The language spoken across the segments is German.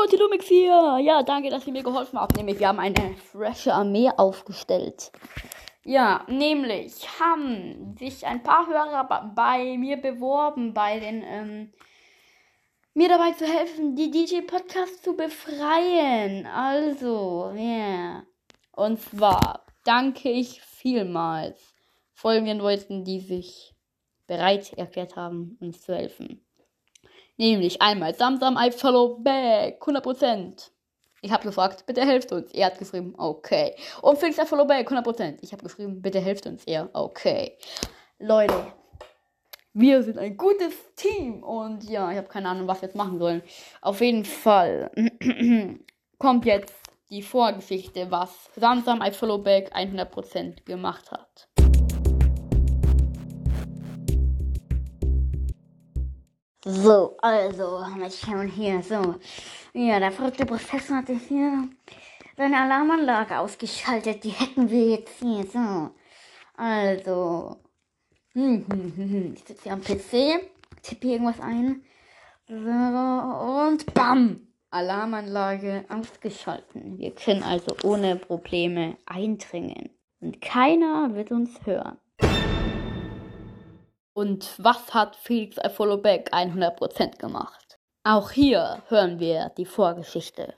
Leute, Lumix hier. Ja, danke, dass ihr mir geholfen habt. Nämlich, wir haben eine frische Armee aufgestellt. Ja, nämlich haben sich ein paar Hörer bei mir beworben, bei den, mir dabei zu helfen, die DJ-Podcast zu befreien. Also, ja. Yeah. Und zwar danke ich vielmals folgenden Leuten, die sich bereit erklärt haben, uns zu helfen. Nämlich einmal Samsam, I follow back, 100%. Ich habe gefragt, bitte helft uns. Er hat geschrieben, okay. Und Felix, I follow back, 100%. Ich habe geschrieben, bitte helft uns. Er, okay. Leute, wir sind ein gutes Team. Und ja, ich habe keine Ahnung, was wir jetzt machen sollen. Auf jeden Fall kommt jetzt die Vorgeschichte, was Samsam, I follow back 100% gemacht hat. So, also, wir schauen hier, so. Ja, der verrückte Professor hatte hier seine Alarmanlage ausgeschaltet. Die hätten wir jetzt hier, so. Also, ich sitze hier am PC, tippe hier irgendwas ein. So, und bam! Alarmanlage ausgeschalten. Wir können also ohne Probleme eindringen. Und keiner wird uns hören. Und was hat Felix I follow back 100% gemacht? Auch hier hören wir die Vorgeschichte.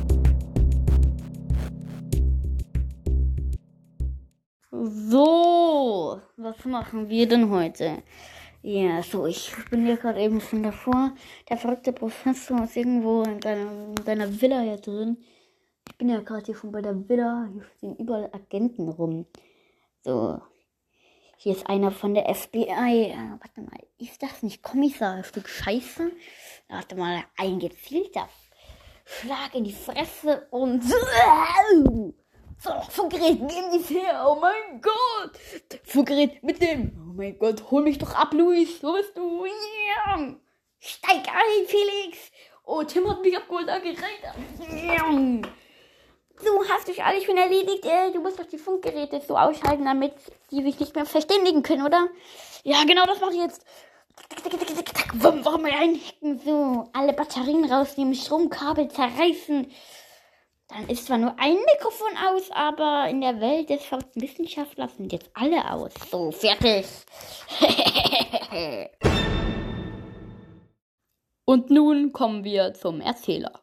So, was machen wir denn heute? Ja, so, ich bin hier gerade eben schon davor. Der verrückte Professor ist irgendwo in deiner Villa hier drin. Ich bin ja gerade hier schon bei der Villa. Hier stehen überall Agenten rum. So. Hier ist einer von der FBI. Warte mal, ist das nicht Kommissar? Ein Stück Scheiße? Warte mal, ein gezielter Schlag in die Fresse und... So, Funkgerät, geben Sie es her. Oh mein Gott. Funkgerät mit dem. Oh mein Gott, hol mich doch ab, Luis. Wo bist du? Ja. Steig ein, Felix. Oh, Tim hat mich abgeholt, angereiht. So, hast dich alles schon erledigt? Du musst doch die Funkgeräte so ausschalten, damit die sich nicht mehr verständigen können, oder? Ja, genau, das mache ich jetzt. Warum reinhacken? So, alle Batterien rausnehmen, Stromkabel zerreißen. Dann ist zwar nur ein Mikrofon aus, aber in der Welt des verrückten Wissenschaftlers sind jetzt alle aus. So, fertig. Und nun kommen wir zum Erzähler.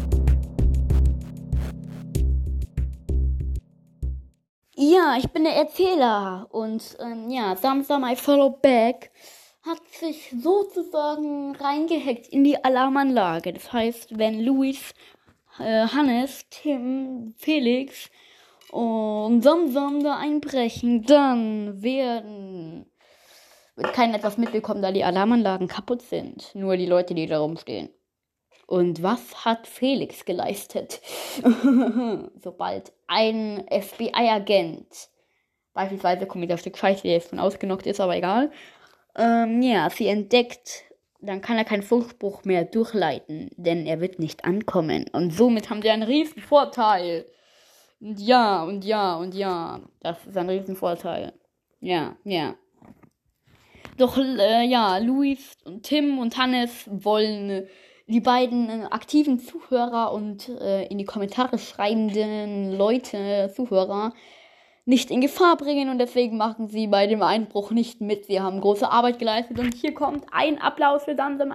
Ja, ich bin der Erzähler und ja, Samsam I follow back hat sich sozusagen reingehackt in die Alarmanlage. Das heißt, wenn Luis, Hannes, Tim, Felix und Samsam da einbrechen, dann wird keiner etwas mitbekommen, da die Alarmanlagen kaputt sind. Nur die Leute, die da rumstehen. Und was hat Felix geleistet? Sobald ein FBI-Agent, beispielsweise kommt wieder ein Stück Scheiße, der jetzt schon ausgenockt ist, aber egal, ja, sie entdeckt, dann kann er keinen Funkspruch mehr durchleiten, denn er wird nicht ankommen. Und somit haben sie einen riesen Vorteil. Und ja, das ist ein riesen Vorteil. Ja. Doch, ja, Luis und Tim und Hannes wollen die beiden aktiven Zuhörer und in die Kommentare schreibenden Zuhörer, nicht in Gefahr bringen und deswegen machen sie bei dem Einbruch nicht mit. Sie haben große Arbeit geleistet und hier kommt ein Applaus für Samsam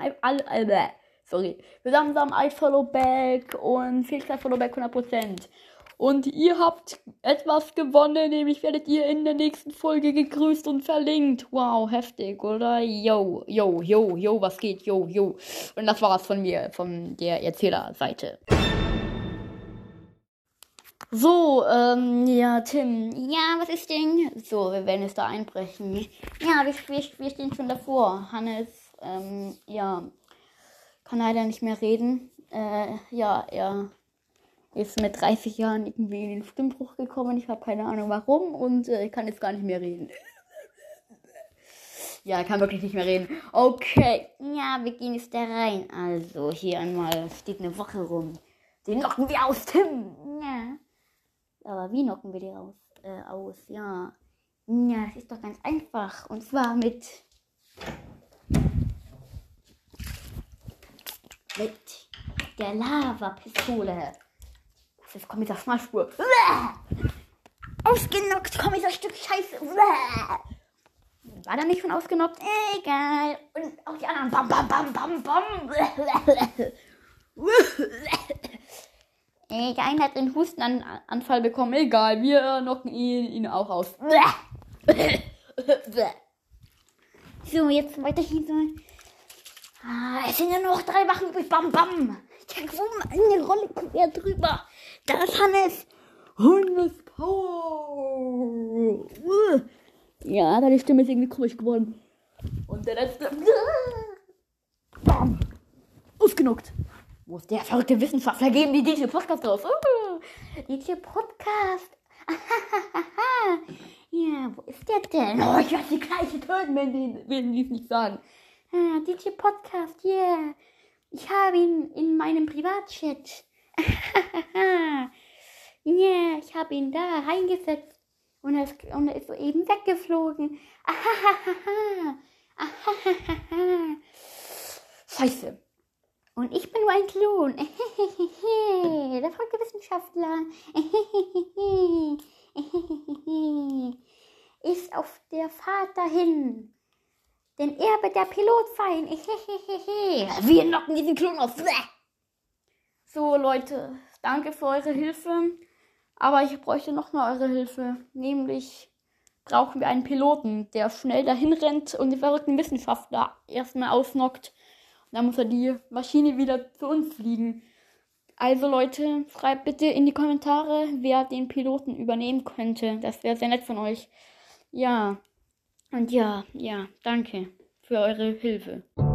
I follow back und Felix I follow back 100%. Und ihr habt etwas gewonnen, nämlich werdet ihr in der nächsten Folge gegrüßt und verlinkt. Wow, heftig, oder? Yo, was geht? Yo. Und das war's von mir, von der Erzählerseite. So, ja, Tim. Ja, was ist denn? So, wir werden jetzt da einbrechen. Ja, wir stehen schon davor. Hannes, ja, kann leider nicht mehr reden. Ja, er ist mit 30 Jahren irgendwie in den Stimmbruch gekommen. Ich habe keine Ahnung warum und ich kann jetzt gar nicht mehr reden. Ja, ich kann wirklich nicht mehr reden. Okay, ja, wir gehen jetzt da rein. Also, hier einmal steht eine Woche rum. Den knocken wir aus, Tim. Ja. Aber wie knocken wir die aus? Ja. Ja, das ist doch ganz einfach. Und zwar mit der Lavapistole. Das ist Kommissar Schmalspur. Ausgenockt, Kommissar Stück Scheiße. War da nicht schon ausgenockt? Egal. Und auch die anderen. Bam, bam, bam, bam, bam. Der eine hat einen Hustenanfall bekommen. Egal, wir knocken ihn auch aus. So, jetzt weiter hier. Es sind ja noch 3 Wachen übrig. Bam, bam. Ich krieg oben eine Rolle quer drüber. Da ist Hannes. Hannes Power. Ja, deine Stimme ist irgendwie komisch geworden. Und der letzte. Bam. Ausgenockt. Wo ist der verrückte Wissenschaftler? Geben die DJ Podcast raus. DJ Podcast. Ja, wo ist der denn? Oh, ich werde die gleiche töten, wenn die es nicht sagen. DJ Podcast, yeah. Ich habe ihn in meinem Privatchat. Yeah, ich habe ihn da reingesetzt. Und er ist soeben weggeflogen. Scheiße. Und ich bin nur ein Klon. Der verrückte Wissenschaftler. Ist auf der Fahrt dahin. Denn er wird der Pilot sein. Wir knocken diesen Klon aus. So, Leute. Danke für eure Hilfe. Aber ich bräuchte nochmal eure Hilfe. Nämlich brauchen wir einen Piloten, der schnell dahin rennt und den verrückten Wissenschaftler erstmal ausnockt. Und dann muss er die Maschine wieder zu uns fliegen. Also Leute, schreibt bitte in die Kommentare, wer den Piloten übernehmen könnte. Das wäre sehr nett von euch. Ja. Und ja, danke für eure Hilfe.